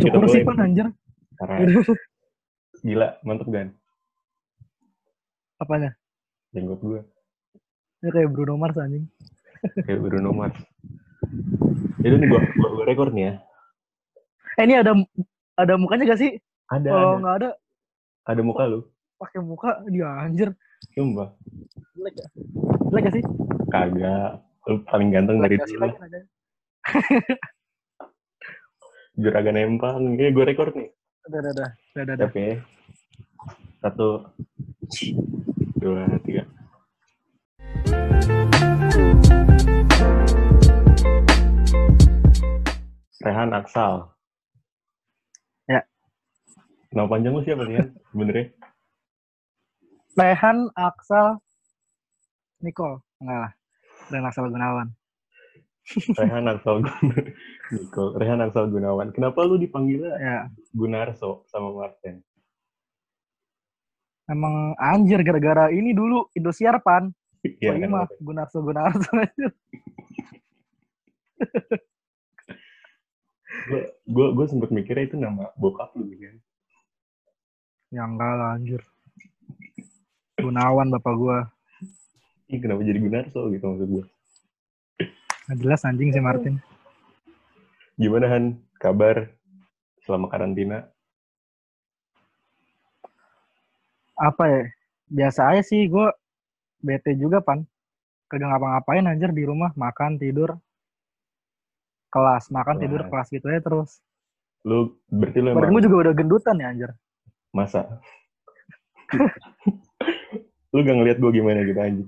kita Cukur sih mulai. Pan anjir. Karena gila, mantep kan? Apanya? Jenggot gue. Ya kayak Bruno Mars anjing. Kayak Bruno Mars. Jadi nih gue rekor nih ya. Ini ada mukanya gak sih? Kalau nggak ada, Ada muka lu. pakai muka dia anjir. Sumpah. Jelek ya? Jelek gak sih? Kagak. Lu paling ganteng dari Jelek gak sih dulu. lagi? Juragan Empang. Ini gue rekor nih. Udah. Siap ya. 1, 2, 3. Rehan Aksal. Ya. Nama panjang lu siapa nih ya? Sebenernya? Rehan Aksal Nicole. Enggak lah. Rehan Aksal Gunawan. Rehan Aksal Gunawan. Kenapa lu dipanggilnya Ya. Gunarso sama Martin? Emang anjir gara-gara ini dulu Indosiar Pan. Iya kan. mah Gunarso. Gue sempet mikirnya itu nama bokap lu kan. Ya enggak lah anjir. Gunawan bapak gua. Ih, kenapa jadi Gunarso gitu maksud gue. Nggak jelas anjing si Martin. Gimana Han? Kabar selama karantina? Apa ya? Biasa aja sih gue bete juga Pan. Kagak ngapa-ngapain anjir di rumah. Makan, tidur. Kelas. Makan, tidur, kelas gitu aja terus. Lu berarti lu Badan emang... gue juga udah gendutan ya anjir. Masa? Lu gak ngeliat gue gimana gitu anjing?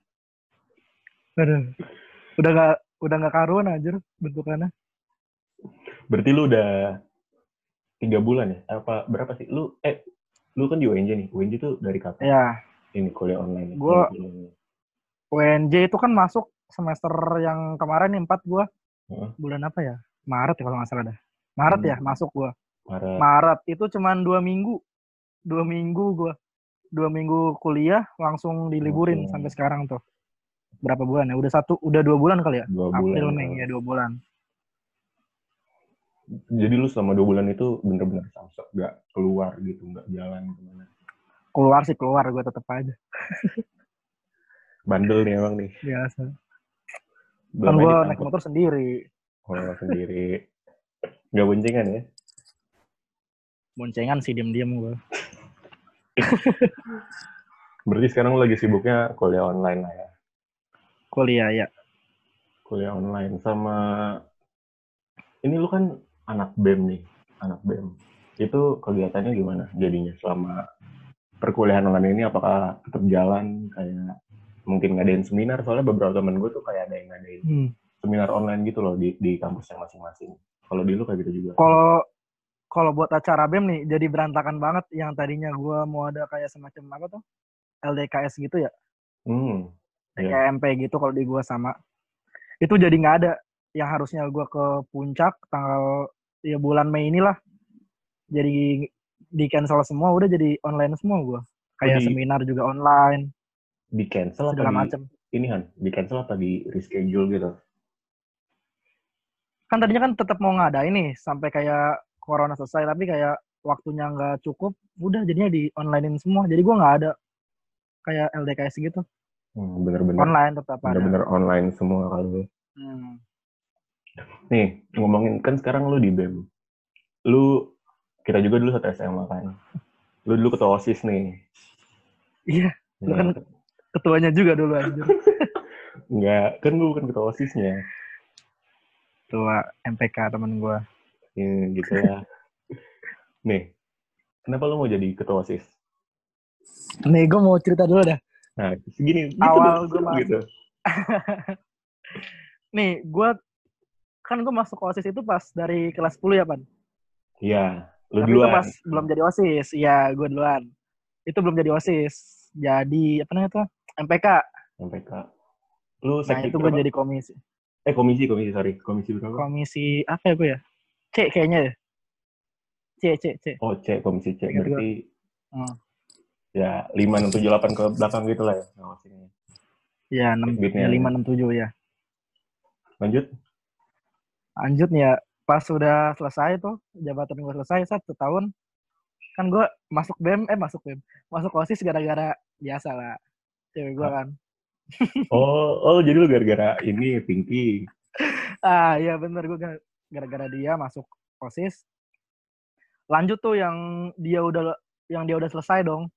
Aduh. Udah gak karuan anjir bentukannya. Berarti lu udah 3 bulan ya? Apa berapa sih? Lu kan di UNJ nih. UNJ tuh dari kapan? Ya. Ini kuliah online. Gue UNJ itu kan masuk semester yang kemarin nih 4 gue. Bulan apa ya? Maret ya kalau nggak salah dah. Maret ya masuk gue. Maret itu cuman 2 minggu. 2 minggu gue. 2 minggu kuliah langsung diliburin sampai sekarang tuh. Berapa bulan ya? Udah 2 bulan kali ya? 2 bulan. April, Mei ya 2 bulan. Jadi lu selama 2 bulan itu bener-bener samsak, gak keluar gitu, gak jalan kemana? Keluar gue tetep aja. Bandel nih emang nih. Biasa. Kan gue naik motor sendiri. Oh, sendiri. Gak boncengan ya? Boncengan sih, diem-diem gue. Berarti sekarang lu lagi sibuknya kuliah online lah ya? Kuliah ya. Kuliah online sama... Ini lu kan anak BEM nih. Anak BEM. Itu kegiatannya gimana jadinya selama perkuliahan online ini? Apakah tetap jalan kayak mungkin ngadain seminar? Soalnya beberapa temen gue tuh kayak ada yang ngadain seminar online gitu loh di kampusnya masing-masing. Kalau di lu kayak gitu juga? Kalau buat acara BEM nih jadi berantakan banget. Yang tadinya gue mau ada kayak semacam apa tuh? LDKS gitu ya. TKMP gitu kalau di gue sama. Itu jadi nggak ada. Yang harusnya gue ke puncak tanggal ya bulan Mei inilah. Jadi di cancel semua, udah jadi online semua gue. Kayak seminar juga online. Di cancel segala macam. Ini Han, di cancel apa di reschedule gitu? Kan tadinya kan tetap mau ngadain nih sampai kayak corona selesai, tapi kayak waktunya nggak cukup, udah jadinya di onlinein semua. Jadi gue nggak ada kayak LDKS gitu. Bener-bener online tetap ada. Bener-bener online semua kali. Nih, ngomongin kan sekarang lu di BEM. Kita juga dulu satu SMA kan. Lu dulu ketua OSIS nih. Iya, lu kan ketuanya juga dulu anjir. Enggak, kan gue bukan ketua OSISnya. Ketua MPK temen gue. Gitu ya. Nih, kenapa lu mau jadi ketua OSIS? Nih, gue mau cerita dulu dah. Nah, segini gitu awal gue masuk gitu. Nih, gue masuk OSIS itu pas dari kelas 10 ya, Pan? Iya, lu tapi duluan. Itu pas belum jadi OSIS. Iya, gue duluan. Itu belum jadi OSIS. Jadi, apa namanya tuh? MPK. Lu sekti itu gue jadi komisi. Sorry. Komisi berapa? Komisi, apa ya gue ya? C kayaknya ya. C. Oh, C, komisi C. Berarti ya 5, 6, 7, 8 ke belakang gitu lah ya. Ya, 5, 6, 7 ya. Lanjut ya, pas udah selesai tuh, jabatan gue selesai, 1 tahun, kan gue masuk OSIS gara-gara biasa lah, cewek gue kan. Jadi lu gara-gara ini, Pinky. Iya bener, gue gara-gara dia masuk OSIS. Lanjut tuh yang dia udah selesai dong.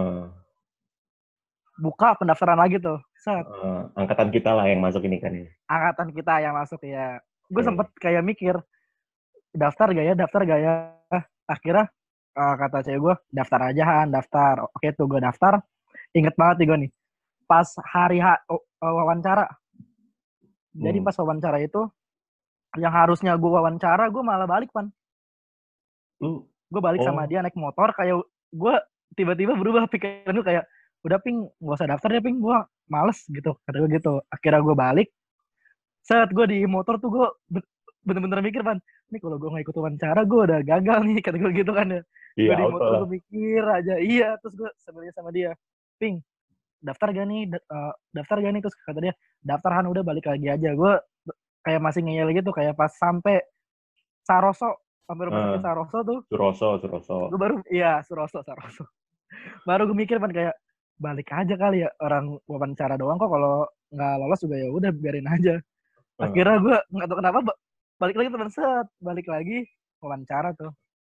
Buka pendaftaran lagi tuh. Angkatan kita lah yang masuk ini kan ya. Angkatan kita yang masuk ya. Gue sempet kayak mikir, daftar gak ya. Akhirnya kata cewek gue, daftar aja Han, daftar. Oke tuh gue daftar. Ingat banget nih gue nih. Pas hari wawancara. Jadi pas wawancara itu, yang harusnya gue wawancara, gue malah balik, Pan. Gue balik sama dia naik motor, kayak gue tiba-tiba berubah pikiran gue kayak, udah Ping, gak usah daftar ya Ping, gue males gitu. Kata gue gitu. Akhirnya gue balik. Saat gue di motor tuh gue bener-bener mikir, Pan, ini kalau gue gak ikut wawancara, gue udah gagal nih. Kata gue gitu kan ya. Gue di motor gue mikir aja. Iya, terus gue sebenarnya sama dia, Ping, daftar gak nih? Terus kata dia, daftar Han, udah balik lagi aja. Gue kayak masih ngeyel gitu, kayak pas sampai Saroso, sampai rumah sakit Saroso tuh. Suroso. Gue baru, iya Saroso. Baru gue mikir, Pan, kayak balik aja kali ya, orang wawancara doang kok, kalau nggak lolos juga ya udah biarin aja. Akhirnya gue nggak tahu kenapa balik lagi teman balik lagi wawancara tuh.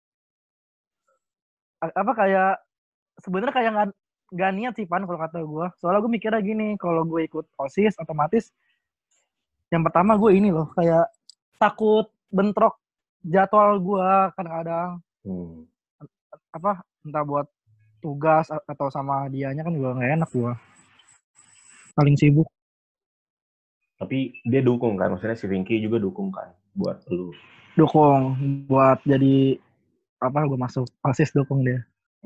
Apa kayak sebenarnya kayak nggak niat sih Pan kalau kata gue. Soalnya gue mikirnya gini, kalau gue ikut OSIS otomatis yang pertama gue ini loh, kayak takut bentrok jadwal gue kadang-kadang. Apa entah buat tugas atau sama dianya kan juga nggak enak gue. Paling sibuk. Tapi dia dukung kan, maksudnya si Rinky juga dukung kan buat lu. Dukung buat jadi apa, gue masuk OSIS, dukung dia.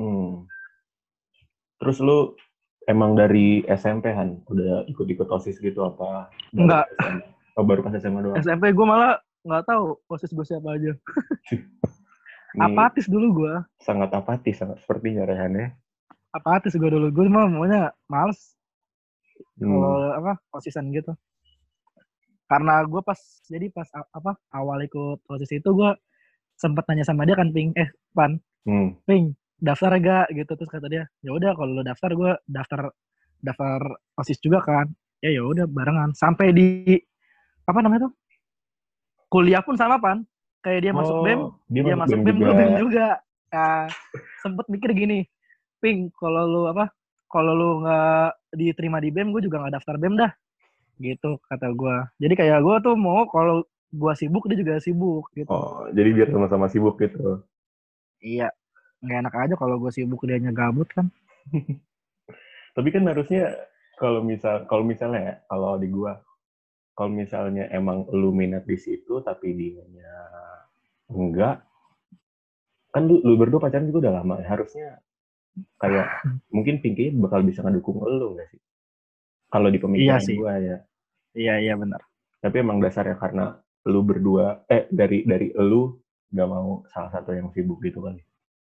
Terus lu emang dari SMP Han udah ikut-ikut OSIS gitu apa? Enggak. Baru pas SMA doang. SMP gue malah nggak tahu OSIS gue siapa aja. Apatis dulu gue. Sangat apatis, sangat sepertinya Rehan ya. Apatis gue dulu, gue mah maunya males. Kalau apa OSISan gitu. Karena gue pas awal ikut OSIS itu gue sempat tanya sama dia kan, Ping, Pan, Ping, daftar gak gitu. Terus kata dia, ya udah kalau lo daftar, gue daftar OSIS juga kan. Ya udah barengan sampai di apa namanya tuh, kuliah pun sama Pan. Kayak dia masuk BEM, dia masuk BEM, gue BEM juga. Sempet mikir gini, Ping, kalau lu nggak diterima di BEM, gue juga nggak daftar BEM dah. Gitu kata gue. Jadi kayak gue tuh mau kalau gue sibuk, dia juga sibuk gitu. Jadi biar sama-sama sibuk gitu. Iya, nggak enak aja kalau gue sibuk dianya gabut kan. Tapi kan harusnya kalau misalnya ya, kalau di gue, kalau misalnya emang lu minat di situ tapi dianya enggak, kan lu berdua pacaran juga udah lama, harusnya kayak mungkin Pinky bakal bisa ngedukung lu nggak sih? Kalau di pemikiran gue ya. Iya benar. Tapi emang dasarnya karena lu berdua dari lu nggak mau salah satu yang sibuk gitu kan?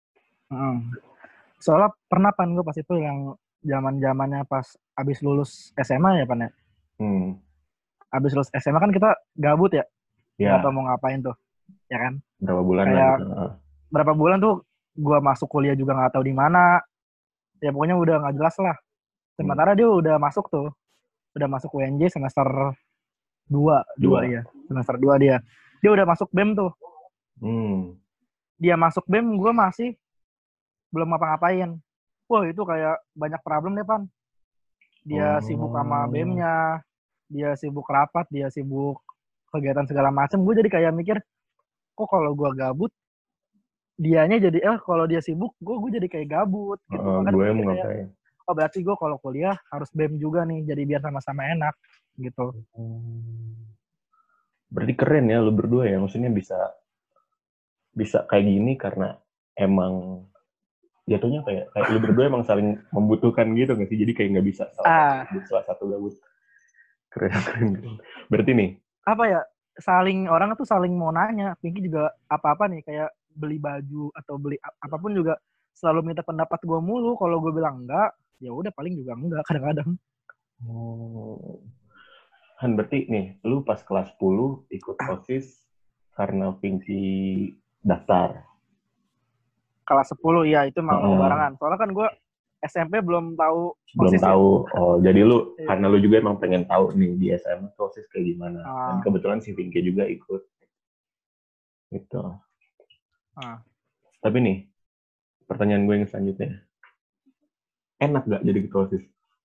Soalnya pernah Pan, gue pas itu yang zamannya pas abis lulus SMA ya Pan ya. Abis lulus SMA kan kita gabut ya. Nggak tahu mau ngapain tuh, ya kan? Berapa bulan kayak gitu. Berapa bulan tuh gue masuk kuliah juga nggak tahu di mana. Ya pokoknya udah nggak jelas lah. Sementara dia udah masuk UNJ semester 2 ya. Semester 2 dia udah masuk BEM tuh. Dia masuk BEM, gue masih belum ngapa-ngapain. Wah itu kayak banyak problem deh Pan. Dia sibuk sama BEM-nya, dia sibuk rapat, dia sibuk kegiatan segala macam. Gue jadi kayak mikir, kok kalau gue gabut, dianya jadi kalau dia sibuk, gue jadi kayak gabut gitu. Makanya gue mikir kayak, berarti gue kalau kuliah harus BEM juga nih, jadi biar sama-sama enak gitu. Berarti keren ya lu berdua ya, maksudnya bisa kayak gini karena emang jatuhnya kayak lu berdua emang saling membutuhkan gitu nggak sih? Jadi kayak nggak bisa salah satu gabut. Keren. Berarti nih apa ya, orang tuh saling mau nanya. Pinky juga apa-apa nih, kayak beli baju atau beli apapun juga selalu minta pendapat gue mulu. Kalau gue bilang enggak, ya udah paling juga enggak kadang-kadang. Han, berarti nih lu pas kelas 10 ikut OSIS karena Vingsi daftar. Kelas 10 ya itu mau barengan. Soalnya kan gue SMP belum tahu OSIS. Belum tahu. Ya? Oh, jadi lu karena lu juga emang pengen tahu nih di SMA OSIS kayak gimana. Dan kebetulan si Vingki juga ikut. Gitu. Tapi nih, pertanyaan gue yang selanjutnya. Enak gak jadi ketua OSIS?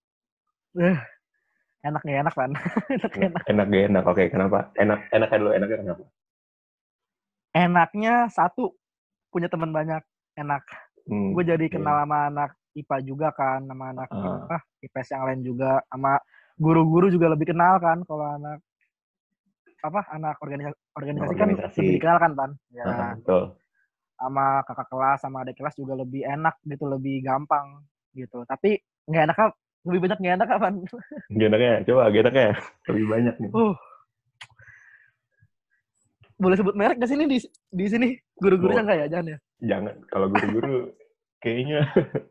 Enak gak enak kan? Enak gak enak. Oke, kenapa? Enaknya dulu, enaknya kenapa? Enaknya satu, punya teman banyak. Enak. Gue jadi kenal sama anak IPA juga kan, sama anak IPS yang lain juga, sama guru-guru juga lebih kenal kan. Kalau anak organisasi kan lebih dikenal kan, Pan. Ya. Betul. Sama kakak kelas, sama adik kelas juga lebih enak gitu, lebih gampang gitu. Tapi nggak enak, lebih banyak nggak enak Pan. Nggak enaknya, coba nggak enaknya lebih banyak nih. Boleh sebut merek nggak sini di sini guru-gurunya nggak ya? Jangan ya. Jangan, kalau guru-guru kayaknya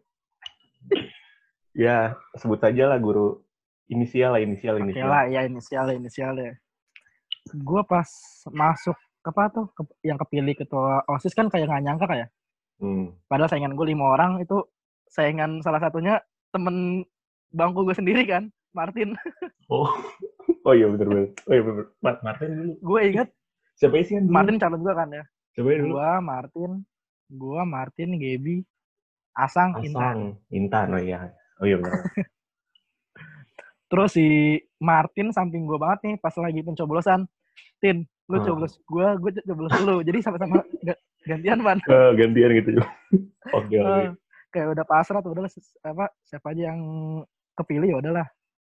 ya sebut saja lah guru inisial. Oke lah, ya inisial ya. Gue pas masuk yang kepilih ketua OSIS kan kayak nggak nyangka kayak. Padahal saingan gue 5 orang, itu saingan salah satunya temen bangku gue sendiri kan, Martin. Oh iya bener. Oh iya bener. Martin dulu. Gue ingat. Siapa sih yang dulu? Martin calon gue kan ya. Siapa dulu? Gue Martin, Gaby, Asang, Intan. Oh iya bener. Terus si Martin samping gue banget nih pas lagi pencoblosan. Tin, lu coblos gue coblos lu. Jadi sama-sama gantian, Pan. Gantian gitu. Oke. Kayak udah pasrah tuh, udahlah siapa aja yang kepilih ya udahlah.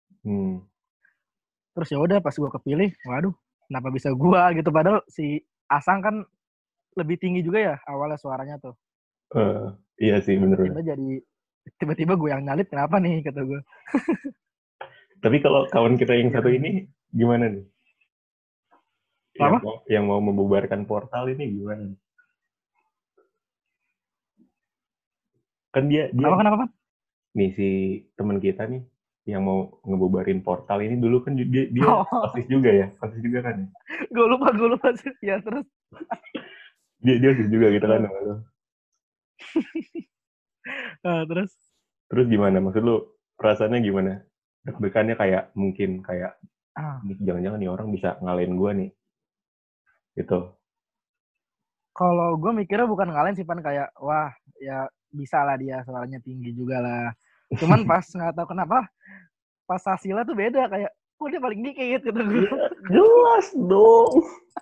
Terus ya udah pas gue kepilih, waduh, kenapa bisa gue gitu, padahal si Asang kan lebih tinggi juga ya awalnya suaranya tuh. Iya sih bener. Tiba-tiba gue yang nyalip, kenapa nih kata gue. Tapi kalau kawan kita yang satu ini gimana nih? Yang mau membubarkan portal ini gimana? Kan dia Kenapa? Nih si teman kita nih yang mau ngebubarin portal ini dulu kan dia OSIS juga ya? OSIS juga kan? Gue lupa sih. Ya terus. dia OSIS juga gitu kan sama lu. Terus gimana? Maksud lu perasaannya gimana? Deg-degannya kayak mungkin kayak jangan-jangan nih orang bisa ngalahin gue nih. Gitu. Kalau gue mikirnya bukan ngalahin sih, Pan, kayak wah ya bisa lah dia, suaranya tinggi juga lah. Cuman pas nggak tahu kenapa pas hasilnya tuh beda, kayak kok dia paling dikit gitu gue. Ya, jelas dong.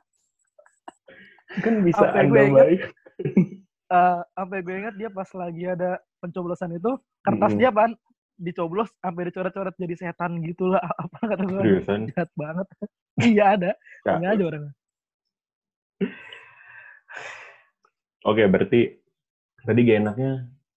Kan bisa Anda baik. Sampai gue ingat dia pas lagi ada pencoblosan itu, kertas dia, Pan, dicoblos sampai dicoret-coret jadi setan gitu lah. Apa kata gue? Seriusan? Jahat banget. Iya ada. Enggak aja orangnya. Oke, berarti tadi gak enaknya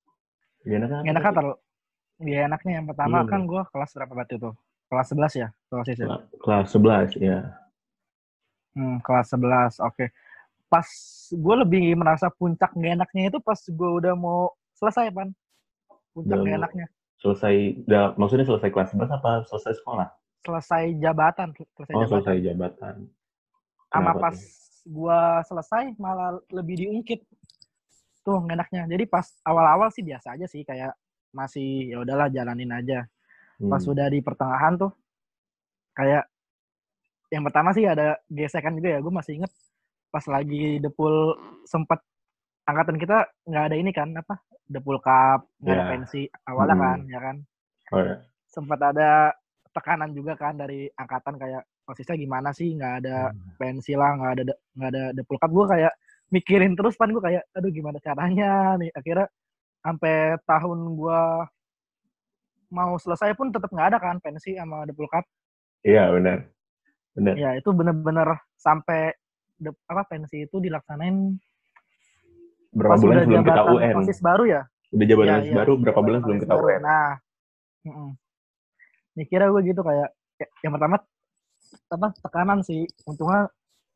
yang pertama kan gue kelas berapa berarti tuh? Kelas 11 ya? Kelas 11 ya. Kelas 11, oke. Pas gue lebih merasa puncak gak enaknya itu pas gue udah mau selesai, Pan. Puncak gak enaknya. Maksudnya selesai kelas 11 apa selesai sekolah? Selesai jabatan. Selesai jabatan. Sama pas gue selesai malah lebih diungkit. Tuh gak enaknya. Jadi pas awal-awal sih biasa aja sih, kayak masih ya udahlah jalanin aja. Pas udah di pertengahan tuh kayak yang pertama sih ada gesekan juga ya. Gue masih inget pas lagi Depul sempat angkatan kita nggak ada ini kan Depul Cup, nggak ada pensi awalnya kan, ya kan. Sempat ada tekanan juga kan dari angkatan kayak posisinya gimana sih, nggak ada pensi lah, nggak ada Depul Cup. Gue kayak mikirin terus, Pan, gue kayak aduh gimana caranya nih. Akhirnya sampai tahun gue mau selesai pun tetap nggak ada kan pensi sama Depul Cup. Iya benar. Ya itu bener-bener sampai pensi itu dilaksanain berapa bulan sebelum kita UN. OSIS baru ya. Udah jabatan OSIS baru berapa bulan sebelum kita UN. Nah, mikirnya gue gitu kayak yang pertama tekanan sih. Untungnya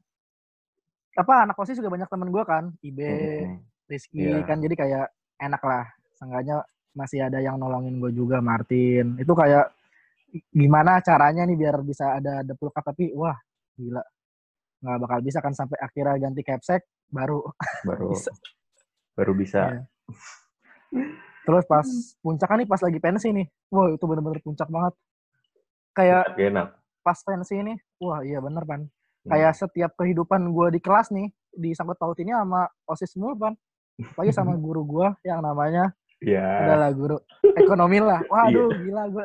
anak OSIS juga banyak temen gue kan, Ibe, Rizky kan, jadi kayak enak lah. Seenggaknya masih ada yang nolongin gue juga, Martin. Itu kayak gimana caranya nih biar bisa ada Depul Cup, tapi wah gila. nggak bakal bisa kan sampai akhirnya ganti capsek baru bisa. Baru bisa. Iya. Terus pas puncak nih pas lagi pensi nih, wah itu bener-bener puncak banget. Kayak enak. Pas pensi ini, wah iya bener Pan. Kayak setiap kehidupan gue di kelas nih disangkut pautinnya sama OSIS mulu Pan. Lagi sama guru gue yang namanya adalah guru ekonomi lah. Waduh gila gue.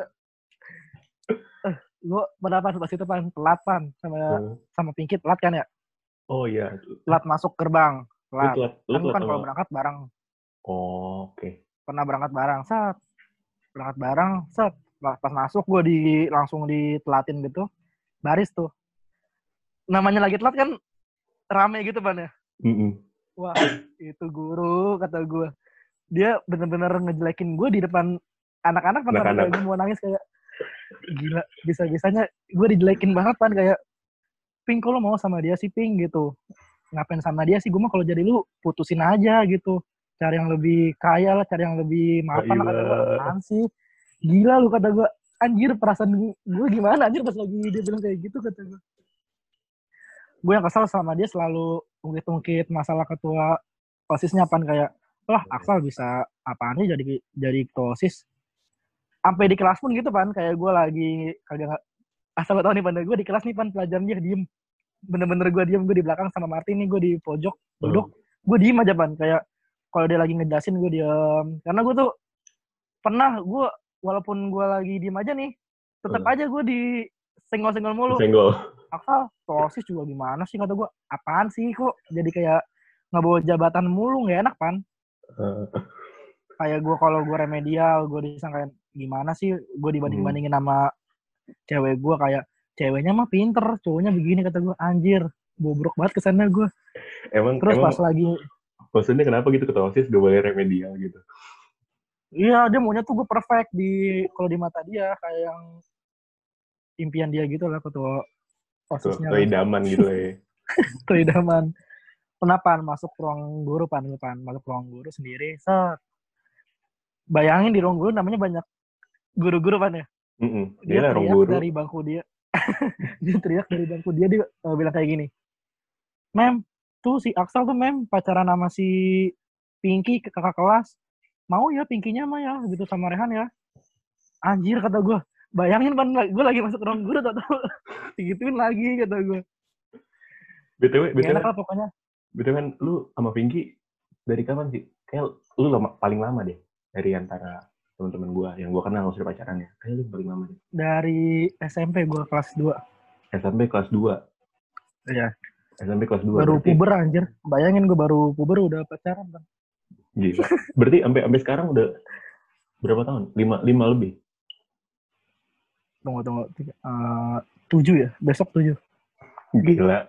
Gue pendapat pas itu Pan, telat Pan sama Pinky telat kan ya? Oh iya. Telat masuk gerbang. Telat. Kan kalau berangkat bareng. Oh, oke. Pernah berangkat bareng, berangkat bareng, pas masuk gue langsung ditelatin gitu, baris tuh. Namanya lagi telat kan rame gitu Pan ya. Wah itu guru kata gue, dia bener-bener ngejelekin gue di depan anak-anak kayak gue mau nangis kayak gila bisa-bisanya gue dijelekin banget Pan kayak Pink kalau mau sama dia sih Pink gitu, ngapain sama dia sih, gue mah kalau jadi lu putusin aja gitu, cari yang lebih kaya lah, cari yang lebih mapan lah kata gue. Apaan sih gila lu kata gue, anjir perasaan gue gimana anjir pas lagi dia bilang kayak gitu kata gue. Gue yang kesal sama dia selalu ungkit-ungkit masalah ketua OSISnya Pan kayak lah Aksal bisa apaan sih jadi ketua OSIS sampai di kelas pun gitu Pan, kayak gue lagi kagak asal tau nih Pan, gue di kelas nih Pan pelajarannya diem, bener-bener gue diem, gue di belakang sama Martin nih, gue di pojok duduk, gue diem aja Pan, kayak kalau dia lagi ngejelasin gue diem, karena gue tuh pernah gue walaupun gue lagi diem aja nih tetap aja gue di senggol-senggol mulu. Aksal OSIS juga gimana sih kata gue, apaan sih kok jadi kayak ngebawa jabatan mulu, nggak enak Pan. Kayak gue kalau gue remedial gue disangkain gimana sih, gue dibanding-bandingin sama cewek gue, kayak ceweknya mah pinter, cowoknya begini kata gue, anjir bobrok banget kesana gue. Terus pas lagi maksudnya kenapa gitu ketua OSIS gak boleh remedial gitu? Iya dia maunya tuh gue perfect kalau di mata dia, kayak yang impian dia gitu lah ketua OSISnya. Tuh idaman gitu ya. Tuh idaman. Kenapa masuk ruang guru Pan, masuk ruang guru sendiri, bayangin di ruang guru namanya banyak guru-guru Pan ya. Dia teriak dari bangku dia. Dia teriak dari bangku dia bilang kayak gini, Mem, tuh si Aksal tuh Mem pacaran sama si Pinky ke kakak kelas. Mau ya Pinkynya mah ya gitu sama Rehan ya. Anjir kata gue, bayangin Pan, gue lagi masuk ruang guru atau digituin lagi kata gue. BTW enak lah pokoknya. BTW kan lu sama Pinky dari kapan sih? Kayak lu paling lama deh dari antara teman-teman gue yang gue kenal sudah pacarannya. Kayak lu paling lama deh. Dari SMP gue kelas 2. SMP kelas 2? Iya. SMP kelas 2. Baru puber anjir. Bayangin gue baru puber udah pacaran Bang. Gila. Berarti sampai sekarang udah berapa tahun? 5 lebih? Tunggu. 7 ya? Besok 7. Gila.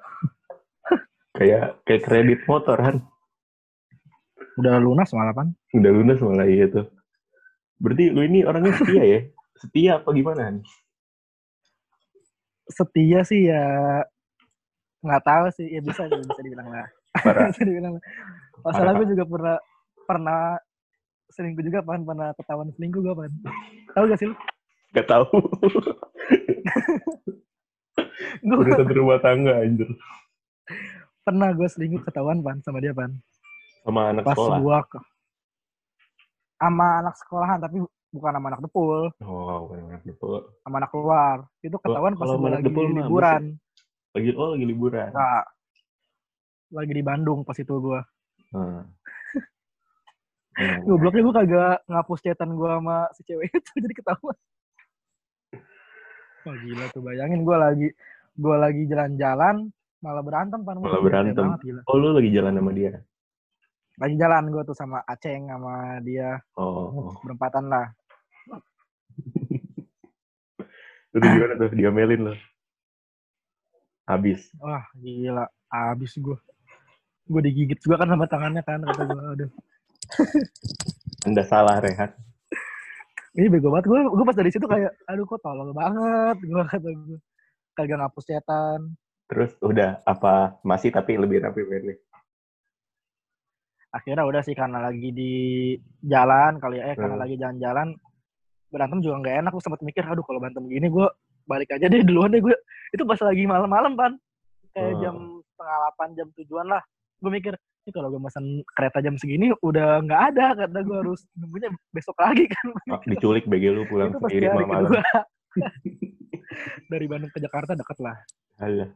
kayak kredit motor kan? Udah lunas malah Pan. Udah lunas malah iya tuh. Berarti lu ini orangnya setia ya? Setia apa gimana? Setia sih ya nggak tahu sih, ya bisa dibilang lah. Bisa dibilang lah. Masalah gue juga pernah selingkuh juga Pan, pernah ketahuan selingkuh gue Pan. Tahu gak sih lu? Gak tahu. Urusan rumah tangga anjir. Pernah gue selingkuh ketahuan Pan sama dia Pan. Sama anak pas sekolah? Sama anak sekolahan, tapi bukan sama anak depul. Oh, bukan anak depul. Sama anak luar. Itu ketahuan pas gue lagi liburan. Lagi liburan? Nah, lagi di Bandung pas itu gue. Gobloknya gue kagak ngapus chatan gue sama si cewek itu, jadi ketahuan. Wah gila tuh, bayangin gue lagi jalan-jalan malah berantem Pan. Malah berantem. Banget, oh lu lagi jalan sama dia? Lagi jalan gue tuh sama Aceng sama dia. Oh. Berempatan lah. Itu gimana tuh? Diomelin lo? Habis. Wah gila, habis gue. Gue digigit juga kan sama tangannya kan, kata gue. Aduh. Anda salah Rehan. Ini bego banget gue pas dari situ kayak, aduh kok tolol banget gue kata gue. Kagak ngapus chatan. Terus udah apa masih tapi lebih rapi mainnya? Akhirnya udah sih karena lagi di jalan kali ya, karena lagi jalan-jalan berantem juga nggak enak. Gue sempat mikir, aduh kalau berantem gini gue balik aja deh duluan deh gue. Itu pas lagi malam-malam Pan, kayak jam setengah 8 jam tujuan lah. Gue mikir, ini kalau gue pesan kereta jam segini udah nggak ada, karena gue harus nunggunya besok lagi kan. Diculik BG lu pulang itu sendiri malam. Dari Bandung ke Jakarta deket lah. Alah.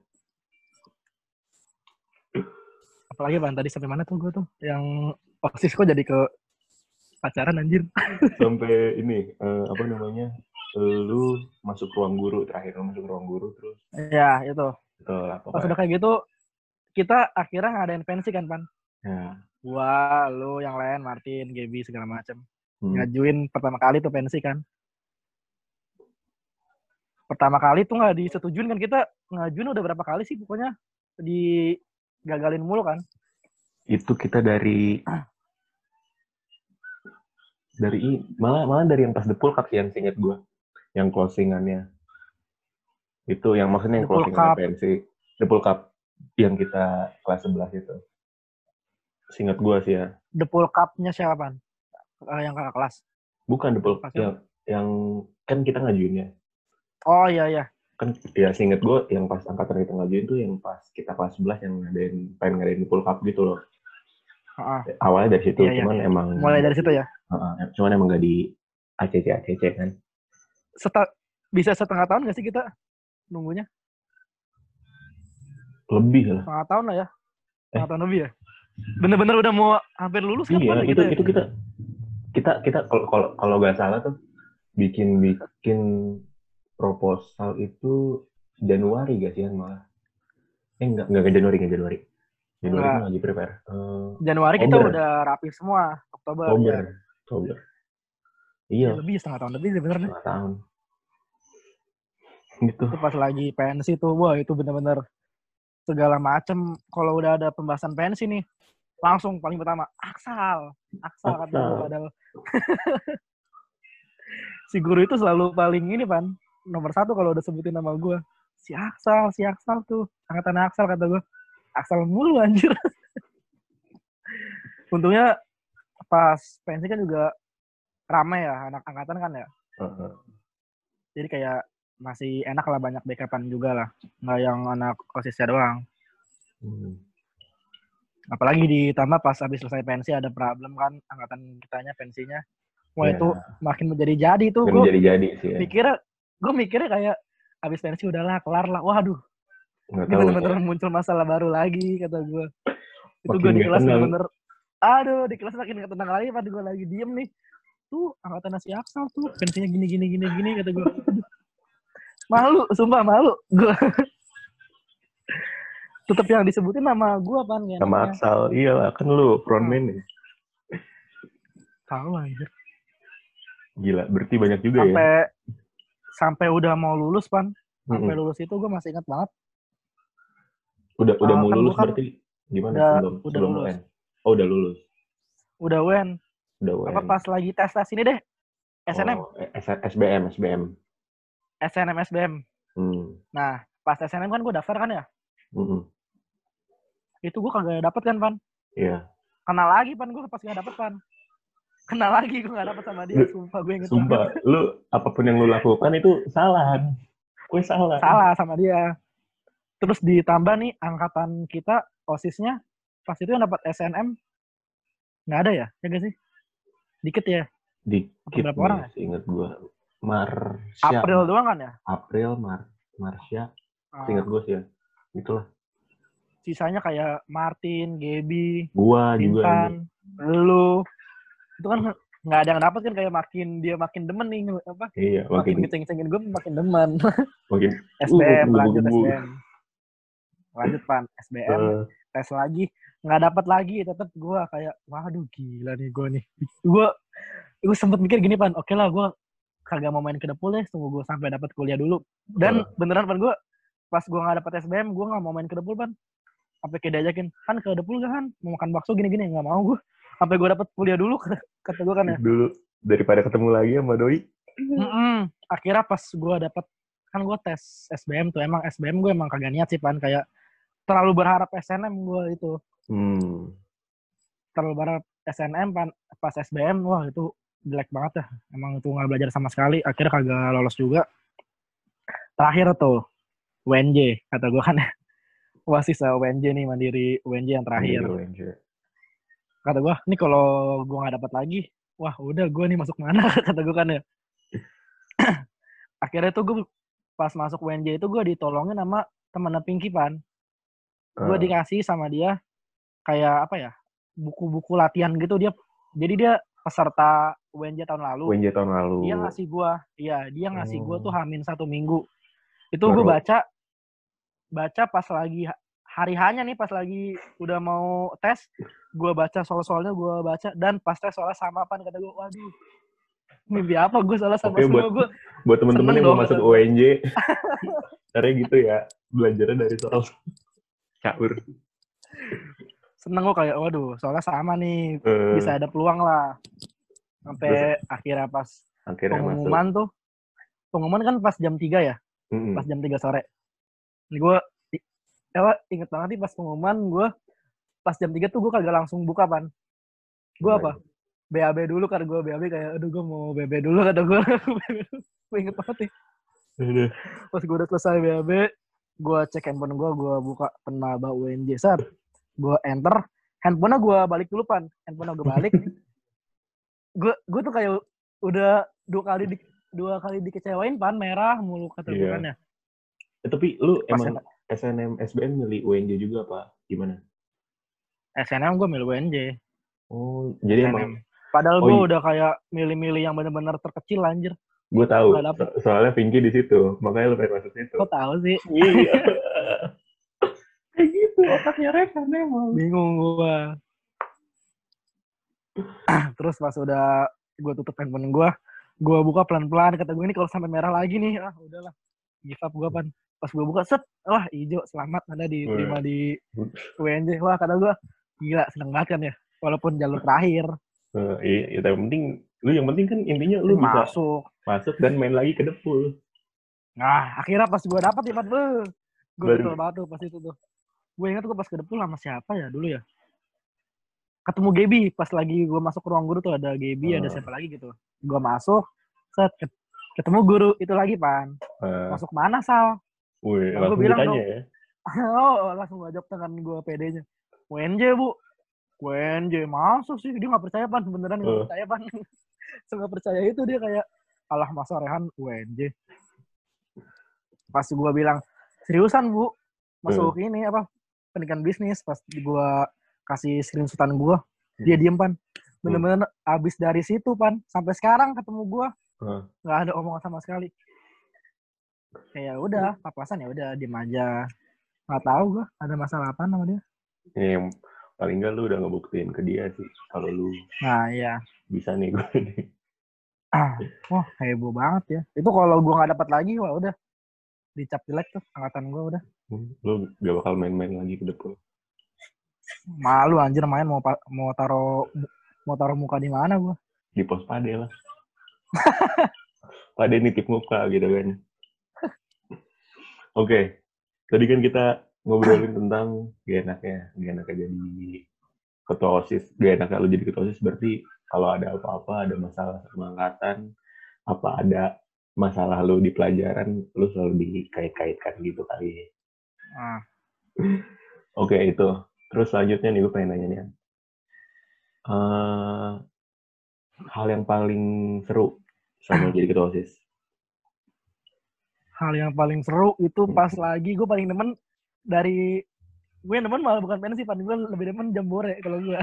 Apalagi Bang, tadi sampai mana tuh gue tuh? Yang OSIS kok jadi ke pacaran anjir. Sampai ini, apa namanya, lu masuk ruang guru, terakhir masuk ruang guru terus. Ya, itu. Betul lah, pas udah kayak gitu, kita akhirnya ngadain pensi kan, Pan? Ya. Gua, lu, yang lain, Martin, Gaby, segala macam. Ngajuin pertama kali tuh pensi kan. Pertama kali tuh nggak disetujuin kan, kita ngajuin udah berapa kali sih pokoknya digagalin mulu kan. Itu kita dari malah dari yang pas The Pool Cup yang seinget gue, yang closingannya itu, yang maksudnya yang closingannya pensi The Pool Cup yang kita kelas 11 itu, seinget gue sih ya. The Pool Cup-nya siapa? Yang kakak kelas? Bukan The Pool Cup yang kan kita ngajuinnya. Oh iya Kan ya seinget gue yang pas angkatan kita ngajuin tuh yang pas kita kelas 11 yang pengen ngadain The Pool Cup gitu loh. Awalnya dari situ, cuman emang mulai dari situ ya. Cuman emang gak di ACC kan. Bisa setengah tahun gak sih kita nunggunya? Lebih lah. Setengah tahun lah ya. Setengah tahun lebih ya. Bener-bener udah mau hampir lulus kan? Iya, itu kita kalau nggak salah tuh bikin proposal itu Januari gak sih kan malah? Nggak Januari. Januari itu lagi prepare. Januari kita udah rapi semua. Oktober. Iya. Lebih setengah tahun lebih sebenarnya. Setengah tahun. Gitu. Itu pas lagi pensi tuh, wah itu bener-bener segala macem. Kalau udah ada pembahasan pensi nih, langsung paling pertama Aksal kata gue padahal. Si guru itu selalu paling ini Pan, nomor 1 kalau udah sebutin nama gue. Si Aksal tuh, angkatan Aksal kata gue. Aksal mulu anjir. Untungnya pas pensi kan juga ramai ya, anak angkatan kan ya. Jadi kayak masih enak lah, banyak backupan juga lah. Nggak yang anak OSISnya doang. Apalagi ditambah pas habis selesai pensi ada problem kan, angkatan kitanya pensinya. Wah itu makin menjadi-jadi tuh. Menjadi-jadi sih ya. Gue mikirnya kayak habis pensi udahlah, kelar lah. Waduh. Ini bener-bener muncul masalah baru lagi, kata gue. Itu gue di kelas bener-bener, di kelas makin gak tenang lagi, pada gue lagi diem nih. Tuh, angkatan nasi Aksal tuh, pensinya gini, kata gue. Malu, sumpah malu. Gue tetep yang disebutin nama gue, Pan. Nama Aksal, iyalah, kan lu frontman ya. Tahu aja. Gila, berarti banyak juga ya. Sampai udah mau lulus, Pan. Sampai lulus itu gue masih ingat banget. Udah mau lulus kan berarti gimana sebelum lulus. UN? Oh, udah lulus. Udah UN. Apa pas lagi tes ini deh? SNM. SBM. SNM. Nah, pas SNM kan gue daftar kan ya? Itu gue kagak dapet kan, Pan? Iya. Kenal lagi, Pan, gue pas gak dapet, Pan. Kenal lagi, gue gak dapet sama dia. Sumpah, gue inget. Sumpah, lu apapun yang lu lakukan itu salah. Gue salah. Salah sama dia. Terus ditambah nih, angkatan kita, OSIS-nya, pas itu yang dapat SNM, nggak ada ya? Ya nggak sih? Dikit ya? Dikit. Berapa orang ya? Ingat gue. Marsha. April doang kan ya? April, Marsha. Ingat gue sih ya. Itulah. Sisanya kayak Martin, Gaby, gua Bintan, juga lu. Itu kan nggak ada yang dapat kan, kayak dia makin demen nih. Apa? Iya, makin ngeceng-ngecengin gue makin demen. Makin SBM, lanjut SBM. Lanjut Pan, SBM, tes lagi, nggak dapat lagi, tetap gue kayak, waduh gila nih gue nih. Gue sempet mikir gini Pan, oke lah gue kagak mau main ke dapur deh, tunggu gue sampai dapat kuliah dulu. Dan beneran Pan, gue pas gue nggak dapat SBM, gue nggak mau main ke dapur Pan. Sampai kayak diajakin, kan ke dapur kan, mau makan bakso gini-gini, nggak mau gue. Sampai gue dapat kuliah dulu, kata gue kan ya. Dulu, daripada ketemu lagi sama Doi. Akhirnya pas gue dapat, kan gue tes SBM tuh, emang SBM gue emang kagak niat sih Pan, kayak terlalu berharap SNM gue itu. Terlalu berharap SNM pas SBM, wah itu jelek banget ya. Emang itu nggak belajar sama sekali. Akhirnya kagak lolos juga. Terakhir tuh, UNJ, kata gue kan ya. Wah sisa UNJ nih, Mandiri UNJ yang terakhir. Mandiri UNJ. Kata gue, nih kalau gue nggak dapat lagi, wah udah gue nih masuk mana? Kata gue kan ya. Akhirnya tuh gue pas masuk UNJ itu gue ditolongin sama temennya Pinky Pan. Gue dikasih sama dia kayak apa ya, buku-buku latihan gitu dia. Jadi dia peserta UNJ tahun lalu. UNJ tahun lalu. Dia ngasih gue, dia ngasih gue tuh H-1 minggu. Itu gue baca pas lagi hari hanya nih, pas lagi udah mau tes, gue baca soal-soalnya, gue baca, dan pas tes soalnya sama Pan. Kata gue, waduh, mimpi apa gue soalnya sama semua. Gue buat temen-temen yang mau masuk UNJ, caranya gitu ya, belajarnya dari soal caur. Seneng gue kayak, waduh, soalnya sama nih, bisa ada peluang lah. Sampai akhirnya pas pengumuman masuk. Tuh, pengumuman kan pas jam 3 ya, pas jam 3 sore. Ini gue inget banget nih pas pengumuman, gue pas jam 3 tuh gue kagak langsung buka Pan. Gue apa? BAB dulu, kan gue BAB kayak, aduh gue mau BAB dulu, kata gue. Gue inget banget nih. Pas gue udah selesai BAB, gue cek handphone gue buka Penmaba UNJ, set. Gue enter, handphonenya gue balik dulu Pan. Handphonenya gue balik. Gue tuh kayak udah dua kali dikecewain Pan, merah mulu kata gue kan ya. Tapi lu emang SNM SBM milih UNJ juga apa gimana? SNM gue milih UNJ. Oh, jadi SNM. Emang padahal gue udah kayak milih-milih yang benar-benar terkecil anjir. Gue tahu, soalnya Pinky di situ, makanya lu pengen masuk situ. Kok tahu sih? Iya. Kayak gitu, otaknya Rekan emang. Bingung gue. Terus pas udah gue tutup handphone gue buka pelan-pelan, kata gue ini kalau sampai merah lagi nih, udahlah, give up gue Pan. Pas gue buka, set, wah hijau, selamat Anda diterima di UNJ. Wah kata gue, gila, seneng banget kan ya, walaupun jalur terakhir. Iya, yang penting kan intinya lu bisa masuk dan main lagi ke Depul. Nah, akhirnya pas gue dapet ya Pan, gue betul banget tuh pas itu tuh. Gue ingat gue pas ke Depul sama siapa ya dulu ya. Ketemu Gaby, pas lagi gue masuk ke ruang guru tuh ada Gaby, ada siapa lagi gitu. Gue masuk, set, ketemu guru itu lagi Pan. Masuk mana Sal? Wih, langsung gue bilang dong, ya? Langsung gue jawab dengan gue PD-nya. UNJ Bu. UNJ masuk sih, dia gak percaya Pan, beneran gak percaya Pan. Gak percaya itu dia kayak, alah masa Rehan UNJ. Pas gue bilang, seriusan Bu, masuk ini apa, pendidikan bisnis. Pas gue kasih screenshotan gue, dia diem Pan. Bener-bener abis dari situ Pan, sampai sekarang ketemu gue, gak ada omongan sama sekali. Kayak udah, papasan ya udah diem aja. Nggak tahu gue ada masalah apa sama dia. Yang paling enggak lu udah ngebuktiin ke dia sih kalau lu. Nah iya. Bisa nih gue nih. Wah heboh banget ya. Itu kalau gue nggak dapat lagi, wah udah dicap jelek tuh angkatan gue udah. Lu gak bakal main-main lagi ke depan. Malu anjir main mau taruh muka di mana gue? Di pos Pade lah. Pade nitip muka gitu kan. Oke, tadi kan kita ngobrolin tentang gak enaknya jadi ketua OSIS. Gak enaknya lu jadi ketua OSIS berarti kalau ada apa-apa, ada masalah sama angkatan, apa ada masalah lu di pelajaran, lu selalu dikait-kaitkan gitu kali. Oke, itu. Terus selanjutnya nih gue pengen nanya nih. Hal yang paling seru sama jadi ketua OSIS? Hal yang paling seru itu pas lagi gue paling demen dari gue yang demen malah bukan pensi Pan, gue lebih demen jambore kalau gue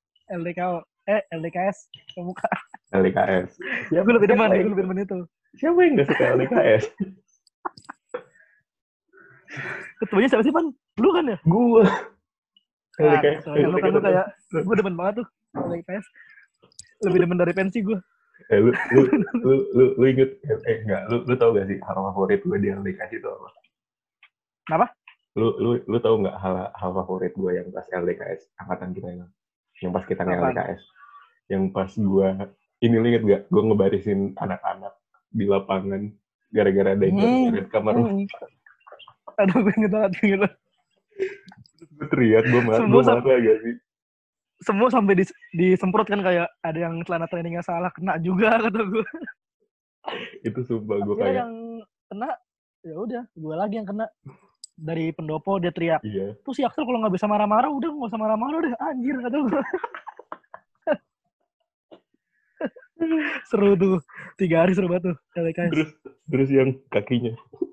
LDKS pemuka. LDKS. Gue lebih demen itu. Siapa yang nggak suka LDKS? Ketuanya siapa sih Pan? Lu kan ya? Gue. LDKS. Lu kan kayak gue demen banget tuh LDKS. Lebih demen dari pensi gue. Lu inget enggak lu tau gak sih hal favorit gue di LDKS itu apa? Kenapa? Lu tau nggak hal favorit gue yang pas LDKS angkatan kita yang pas kita nge-LDKS, yang pas gue ini lu inget gak gue ngebarisin anak-anak di lapangan gara-gara ada yang di kamar. Aduh gue inget banget gitu. Gue teriak, gue marah gak sih? Semua sampai disemprot kan, kayak ada yang celana trainingnya salah kena juga kata gue. Itu sumpah gue kayak yang kena ya udah gue lagi yang kena. dari pendopo dia teriak. Iya. Tuh si Axel kalau nggak bisa marah-marah, udah nggak usah marah-marah deh. Anjir, kata gue. Seru tuh. 3 hari seru banget tuh. Terus yang kakinya.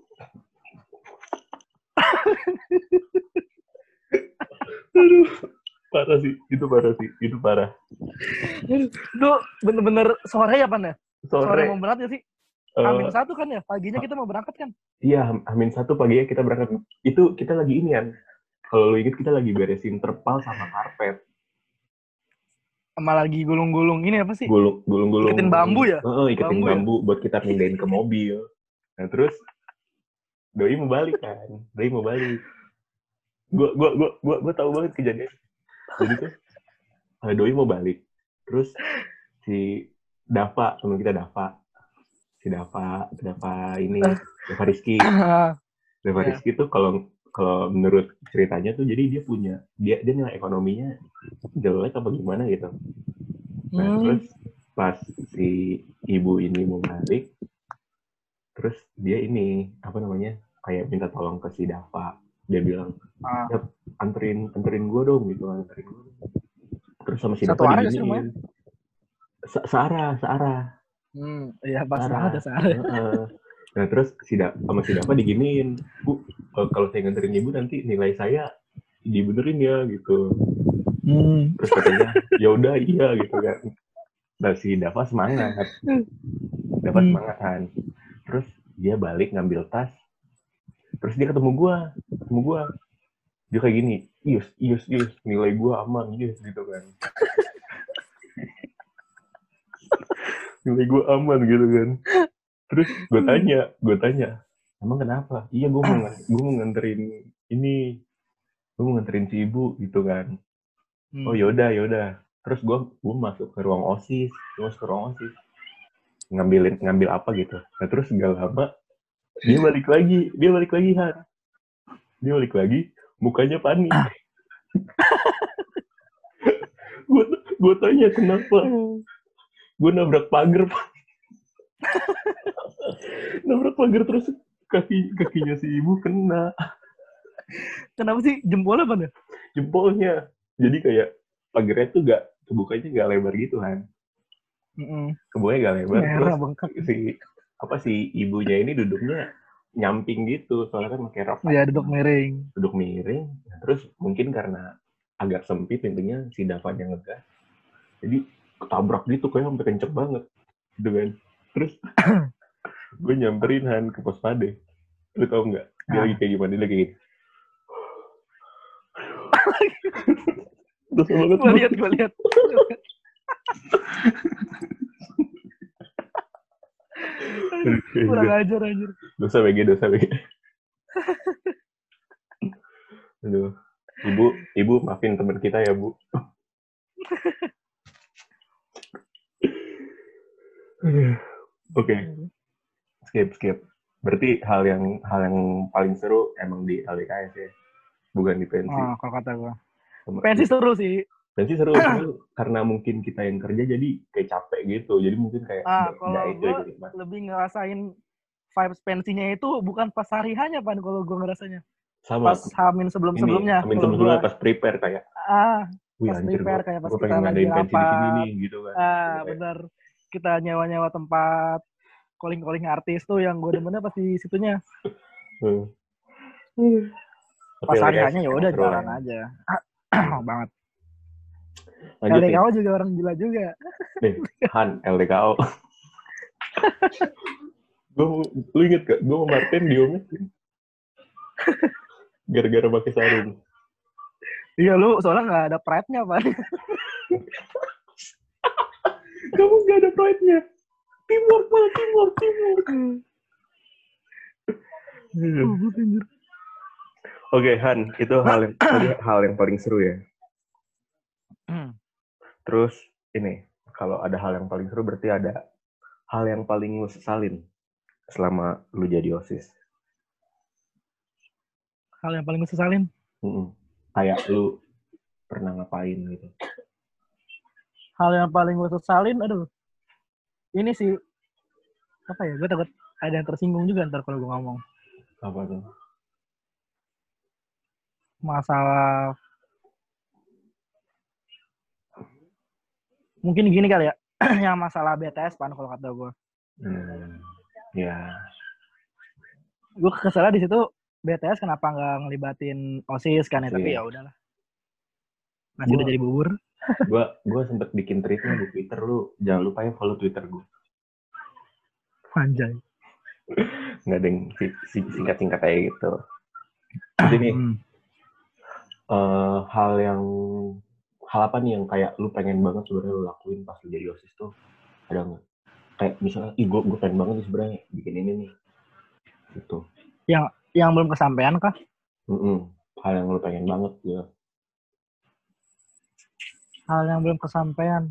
Aduh, parah sih. Itu parah. Itu bener-bener sore ya, Pan ya? Sore mau berangkat ya sih? Amin 1 kan ya? Paginya kita mau berangkat kan? Iya, Amin 1 paginya kita berangkat. Itu kita lagi ini kan. Kalau lu inget kita lagi beresin terpal sama karpet. Sama lagi gulung-gulung ini apa sih? Gulung-gulung. Iketin bambu ya? Iketin bambu buat kita pindahin ke mobil. Nah terus Doi mau balik kan. Gue tahu banget kejadian. Jadi tuh Doi mau balik. Terus si Dava, teman kita Dava. Si Dava ini, Dava Rizky. Dava Rizky tuh kalau menurut ceritanya tuh jadi dia nilai ekonominya jelek apa gimana gitu. Nah terus pas si ibu ini mau balik, terus dia ini apa namanya kayak minta tolong ke si Dava. Dia bilang, anterin gue dong gitu, anterin gue. Terus sama si Dava diginiin. Searah. Iya pas banget ya Sarah. Nah terus sama si Dava diginiin, Bu, kalau saya nganterin ibu nanti nilai saya dibenerin ya gitu. Terus katanya, ya udah iya gitu kan. Nah si Dava semangat kan. Terus dia balik ngambil tas. Terus dia ketemu gua. Dia kayak gini, Ius, nilai gua aman, Ius gitu kan. Nilai gua aman gitu kan. Terus gue tanya, emang kenapa? Iya, gue mau nganterin ini, gue mau nganterin si ibu gitu kan. Oh yaudah. Terus gue masuk ke ruang OSIS, ngambil apa gitu. Nah terus gak lama dia balik lagi Han. Dia balik lagi, mukanya panik. Gue tanya kenapa? Gue nabrak pagar. Terus kakinya si ibu kena. Kenapa sih jempolnya apa? Jempolnya. Jadi kayak pagarnya tuh kebukanya gak lebar gitu kan. Kebukanya gak lebar. Terus si ibunya ini duduknya nyamping gitu. Soalnya kan pakai rok. Iya, duduk miring. Nah, terus mungkin karena agak sempit pintunya, si Davanya ngegas. Jadi ketabrak gitu kayak sampai kenceng banget. Gitu kan. Terus gue nyamperin Han ke Pospade. Lu tau nggak? Dia lagi kayak gimana? Dia lagi kayak Dosa banget. Gue lihat. Kurang ajar. Dosa BG. Aduh. Ibu maafin teman kita ya, Bu. Oke. Skip. Berarti hal yang paling seru emang di LDKS ya, bukan di pensi. Kalau kata gue. Pensi seru sih. Pensi seru karena mungkin kita yang kerja jadi kayak capek gitu. Jadi mungkin kayak kalau gue lebih ngerasain vibes pensinya itu bukan pas hari hanya Pan, kalau gue ngerasanya. Sama. Pas Hamin sebelumnya. Hamin sebelumnya pas prepare kayak. Pas prepare kayak pas kita lagi pensi di sini nih gitu kan. Bener. Kita nyewa tempat calling artis tuh yang gue demennya pas di situnya. Pas hari hanya ya udah jalan aja. Banget. Lanjut LDKO juga orang gila juga. Han, LDKO. Lu inget gak? Gue sama Martin diometin. Gara-gara pakai sarung. Iya, lu soalnya gak ada pride-nya, Pak. Kamu gak ada pride-nya. Teamwork. Oke, Han, itu hal yang paling seru ya. Terus ini, kalau ada hal yang paling seru berarti ada hal yang paling lu sesalin selama lu jadi OSIS. Hal yang paling lu sesalin? Kayak lu pernah ngapain gitu. Hal yang paling lu sesalin, aduh. Ini sih, apa ya, gue takut ada yang tersinggung juga ntar kalau gue ngomong. Apa tuh? masalah mungkin gini kali ya, yang masalah BTS Pan kalau kata gue. Ya. Gue keselnya di situ BTS kenapa nggak ngelibatin OSIS kan ya, tapi ya udahlah. Masih udah jadi bubur. Gue sempet bikin tweetnya di Twitter, lu jangan lupa ya follow Twitter gue. Anjay. Nggak ada yang singkat-singkat kayak gitu. Jadi nih, hal apa nih yang kayak lu pengen banget sebenarnya lu lakuin pas lu jadi OSIS tuh, ada nggak? Kayak misalnya, gue pengen banget nih sebenarnya bikin ini nih, gitu. Yang belum kesampaian kah? Hal yang lu pengen banget ya. Hal yang belum kesampaian.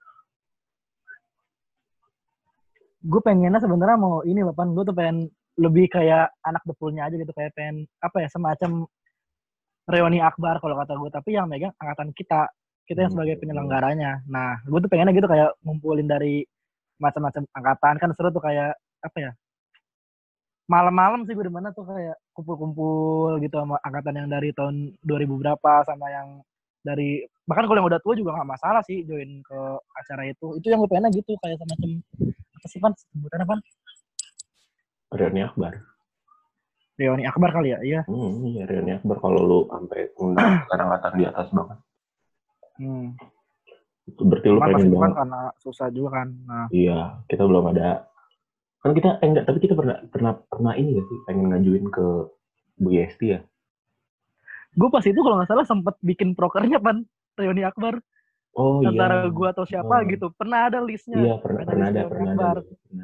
Gue pengennya sebenarnya mau ini loh, Pan. Gue tuh pengen lebih kayak anak depulnya aja gitu, kayak pengen apa ya, semacam reuni akbar kalau kata gue, tapi yang megang angkatan kita yang sebagai penyelenggaranya. Nah, gue tuh pengennya gitu kayak ngumpulin dari macam-macam angkatan, kan seru tuh kayak apa ya, malam-malam sih gue di mana tuh kayak kumpul-kumpul gitu sama angkatan yang dari tahun 2000 berapa sama yang dari, bahkan kalau yang udah tua juga nggak masalah sih join ke acara itu yang gue pengennya gitu, kayak semacam apa sih Pan sebutannya Pan? Reuni akbar. Reuni akbar kali ya, iya. Iya reuni akbar kalau lu sampai undang angkatan di atas banget. Itu berarti lu pengen banget. Kan karena susah juga kan. Nah. Iya, kita belum ada. Kan kita enggak, tapi kita pernah ini gak sih pengen ngajuin ke Bu Yesti ya? Gue pas itu kalau nggak salah sempet bikin prokernya Pan, reuni akbar. Oh antara iya. Gue atau siapa gitu. Pernah ada listnya. Iya, pernah ada.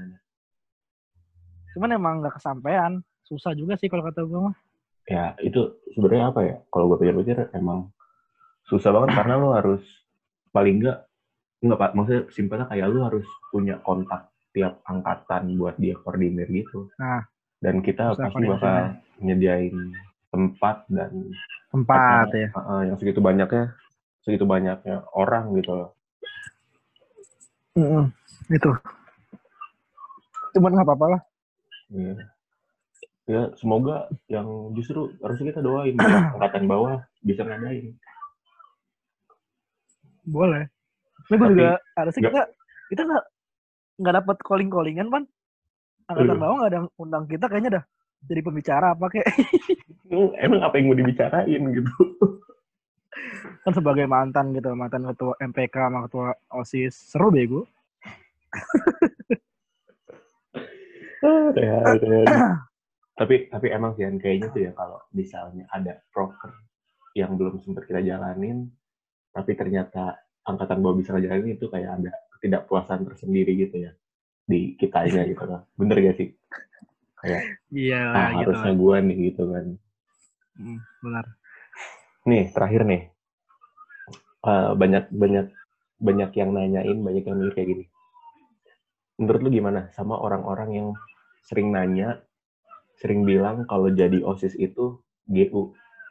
Cuman emang nggak kesampaian. Susah juga sih kalau kata gue mah. Ya, itu sebenarnya apa ya? Kalau gue pikir-pikir emang susah banget karena lo harus paling enggak Pak, maksudnya simpelnya kayak lu harus punya kontak tiap angkatan buat dia koordinir gitu. Nah, dan kita pasti bakal nyediain tempat dan ya. Yang segitu banyaknya orang gitu loh. Itu. Cuman nggak apa-apa lah. Ya, semoga yang justru harusnya kita doain angkatan bawah bisa ngadain. Boleh. Tapi gue juga harusnya kita nggak dapat callingan Pan. Angkatan bawah nggak ada undang kita kayaknya dah jadi pembicara apa kayak. Emang apa yang mau dibicarain gitu? Kan sebagai mantan ketua MPK sama ketua OSIS, seru bego. Tapi emang sih kayaknya tuh ya kalau misalnya ada proker yang belum sempat kita jalanin, tapi ternyata angkatan bawah bisa ngejalanin, itu kayak ada ketidakpuasan tersendiri gitu ya di kitanya gitu kan. Bener gak sih? Kayak harusnya gitu. Gue nih gitu kan. Benar. Nih terakhir nih, banyak yang nanyain, banyak yang mikir kayak gini. Menurut lu gimana sama orang-orang yang sering nanya, sering bilang kalau jadi OSIS itu GU?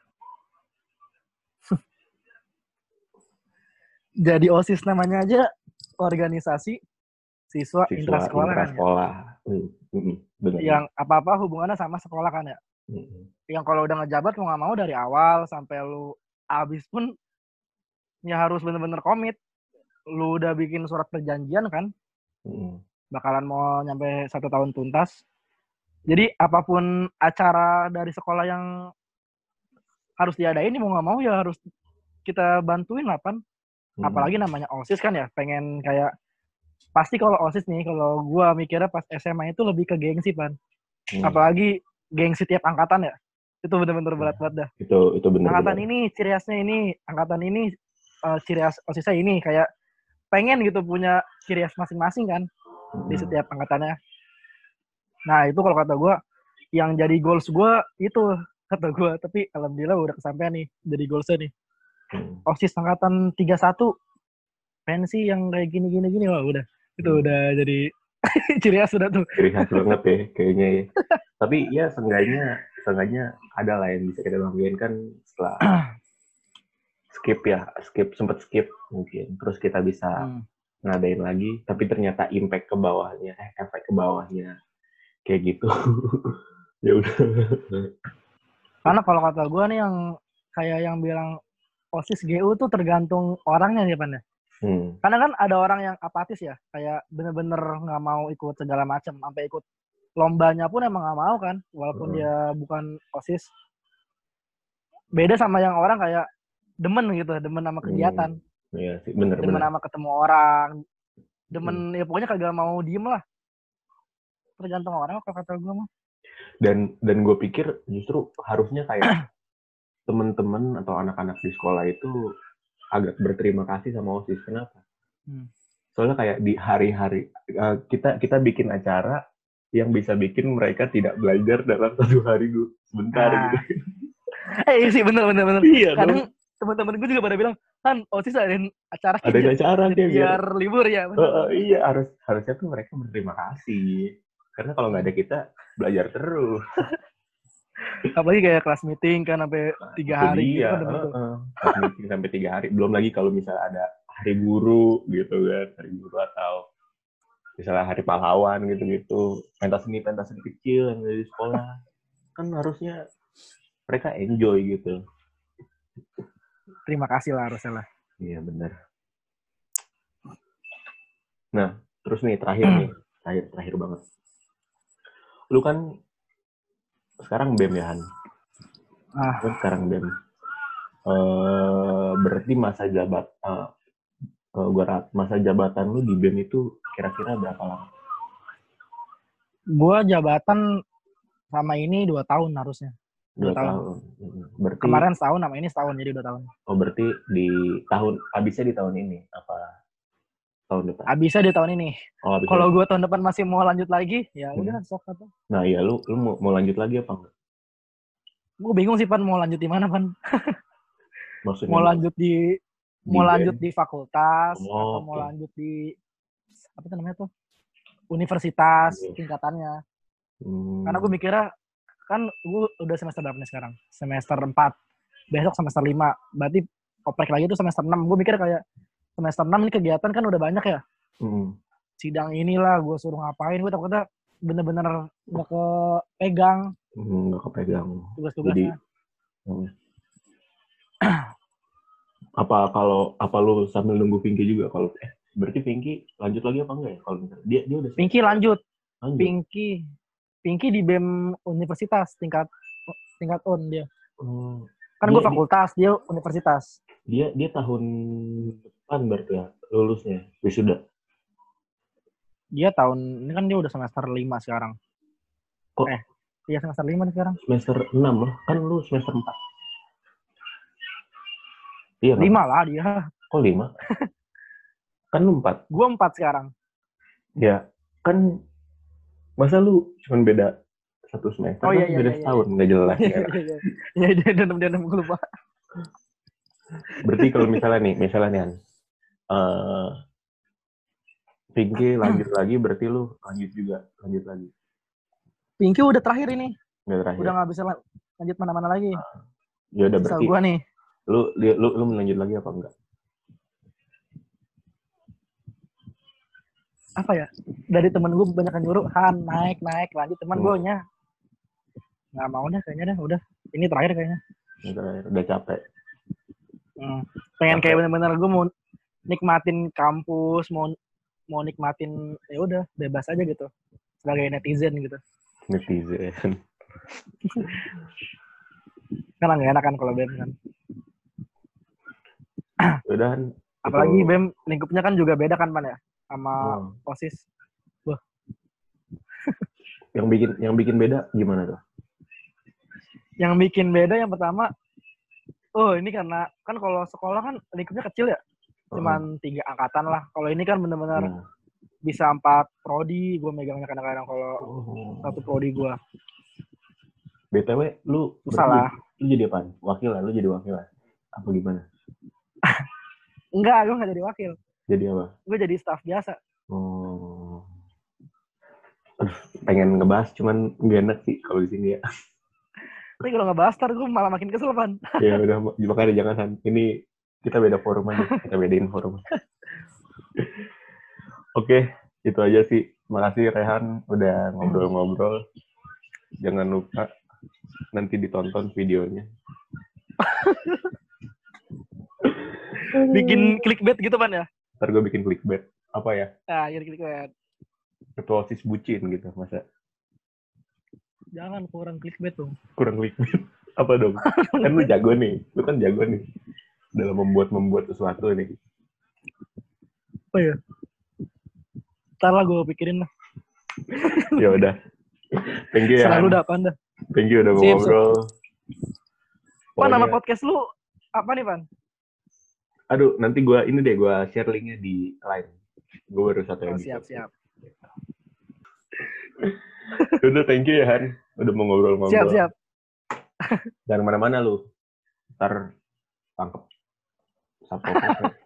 Jadi OSIS namanya aja organisasi siswa intrasekolah kan ya? Yang apa-apa hubungannya sama sekolah kan ya? Yang kalau udah ngejabat mau nggak mau dari awal sampai lu abis pun ya harus bener-bener komit. Lu udah bikin surat perjanjian kan? Bakalan mau nyampe 1 tahun tuntas. Jadi apapun acara dari sekolah yang harus diadain mau nggak mau ya harus kita bantuin lah Pan. Apalagi namanya OSIS kan ya, pengen kayak pasti kalau OSIS nih, kalau gue mikirnya pas SMA itu lebih ke gengsi Pan. Apalagi gengsi tiap angkatan ya, itu bener-bener berat banget dah. Itu bener. Angkatan ini ciri khasnya ini, angkatan ini ciri khas OSISnya ini, kayak pengen gitu punya ciri khas masing-masing kan di setiap angkatannya. Nah itu kalau kata gue, yang jadi goals gue itu kata gue, tapi alhamdulillah udah kesampaian nih jadi goalsnya nih. OSIS angkatan 31 pensi yang kayak gini wah udah itu udah jadi ciri khas sudah tuh. Ciri khas banget ya kayaknya ya. Tapi ya seenggaknya ada lah yang bisa kita banggain kan setelah sempet skip mungkin, terus kita bisa ngadain lagi, tapi ternyata efek ke bawahnya kayak gitu. Ya udah. Karena kalau kata gue nih yang kayak yang bilang OSIS GU tuh tergantung orangnya ya, Pan ya. Karena kan ada orang yang apatis ya, kayak bener-bener nggak mau ikut segala macam, sampai ikut lombanya pun emang nggak mau kan, walaupun dia bukan OSIS. Beda sama yang orang kayak demen gitu, demen sama kegiatan. Iya sih, bener. Demen sama ketemu orang, demen ya pokoknya kagak mau diem lah. Tergantung orang kalau kata gue mah. Dan gue pikir justru harusnya kayak teman-teman atau anak-anak di sekolah itu agak berterima kasih sama OSIS. Kenapa? Soalnya kayak di hari-hari kita bikin acara yang bisa bikin mereka tidak belajar dalam satu hari sebentar gitu. Iya sih, bener. Iya, kadang teman-teman gue juga pada bilang, kan OSIS adain acara biar libur ya. Iya, harusnya tuh mereka berterima kasih. Karena kalau nggak ada kita, belajar terus. Apalagi kayak kelas meeting kan sampai 3 hari gitu kan. Kelas meeting sampai 3 hari. Belum lagi kalau misalnya ada hari guru gitu kan. Hari guru atau misalnya hari pahlawan gitu-gitu. Pentas seni kecil yang dari sekolah. Kan harusnya mereka enjoy gitu. Terima kasih lah harusnya lah. Iya, benar. Nah, terus nih terakhir banget. Lu kan sekarang BEM ya, Han? Lu sekarang BEM. Berarti masa jabatan lu di BEM itu kira-kira berapa lama? Gua jabatan sama ini 2 tahun harusnya. 2 tahun. Berarti kemarin setahun, sama ini setahun, jadi 2 tahun. Oh, berarti habisnya di tahun ini apa tahun depan? Habisnya di tahun ini. Kalau gue tahun depan masih mau lanjut lagi, ya udah sok apa. Nah, iya lu mau lanjut lagi apa enggak? Gue bingung sih, Pan, mau lanjut di mana, Pan? Maksudnya mau lanjut di fakultas atau mau lanjut di apa namanya tuh? Universitas tingkatannya. Karena gue mikirnya kan gue udah semester berapa nih sekarang? Semester 4. Besok semester 5. Berarti oprek lagi tuh semester 6. Gue mikir kayak semester 6 ini kegiatan kan udah banyak ya. Sidang inilah gue suruh ngapain. Gue takutnya bener-bener gak kepegang. Gak kepegang. Tugas-tugasnya. Jadi, apa lu sambil nunggu Pinky juga? Kalau berarti Pinky lanjut lagi apa enggak ya? Kalau misalnya dia udah Pinky lanjut. Pinky di BEM Universitas tingkat on dia. Kan gue fakultas, dia universitas. Dia tahun depan berarti ya lulusnya, wisuda. Dia tahun ini kan dia udah semester 5 sekarang. Iya semester 5 nih sekarang. Semester 6 loh, kan lu semester 4. Iya, 5 lah dia. Kok 5? Kan lu 4. Gue 4 sekarang. Ya, kan masa lu cuma beda 1 semester, beda setahun, nggak jelas. Iya, dia gue lupa. Berarti kalau misalnya nih, Pinky lanjut lagi, berarti lu lanjut lagi. Pinky udah terakhir ini. Udah nggak bisa lanjut mana-mana lagi. Ya udah, berarti gua nih. Lu lanjut lagi apa enggak? Apa ya? Dari temen gue banyak yang nyuruh, Han, naik, lanjut. Temen gue nya nggak mau deh kayaknya dah, udah. Ini terakhir kayaknya. Udah capek. Pengen kayak bener-bener gue mau nikmatin kampus, mau nikmatin ya udah bebas aja gitu. Sebagai netizen gitu. Netizen. Karena nggak enak kan kalau BEM kan. Udah. Apalagi BEM lingkupnya kan juga beda kan, Pan ya, sama OSIS. Wah. Yang bikin beda gimana tuh? Yang bikin beda yang pertama, ini karena kan kalau sekolah kan lingkupnya kecil ya, cuman 3 angkatan lah. Kalau ini kan benar-benar bisa 4 prodi, gue megangnya kadang-kadang kalau 1 prodi gue. BTW, lu jadi apaan? Lu jadi wakil lah? Apa gimana? Enggak, gue nggak jadi wakil. Jadi apa? Gue jadi staff biasa. Pengen ngebahas, cuman nggak enak sih kalau di sini ya. Tapi kalau ngebahas, ntar gue malah makin kesel, Pan. Ya udah, makanya jangan. Ini kita beda forum aja. Kita bedain forum. Oke, itu aja sih. Makasih Rehan udah ngobrol-ngobrol. Jangan lupa nanti ditonton videonya. Bikin clickbait gitu Pan ya? Ntar gue bikin clickbait. Apa ya? Jadi clickbait. Ketua OSIS bucin gitu, masa? Jangan kurang clickbait dong. Kurang clickbait? Apa dong? Kan lu jago nih. Lu kan jago nih. Dalam membuat sesuatu nih. Oh ya? Ntar lah gue pikirin lah. Ya udah. Thank you ya. Selalu dah Pan dah. Thank you udah ngobrol. Pan, nama podcast lu apa nih Pan? Aduh, nanti gue share linknya di Line. Gue baru satu episode. Siap. Udah, thank you ya Han. Udah mau ngobrol-ngobrol. Siap. Jangan mana-mana lu. Ntar tangkep. Satpol PP.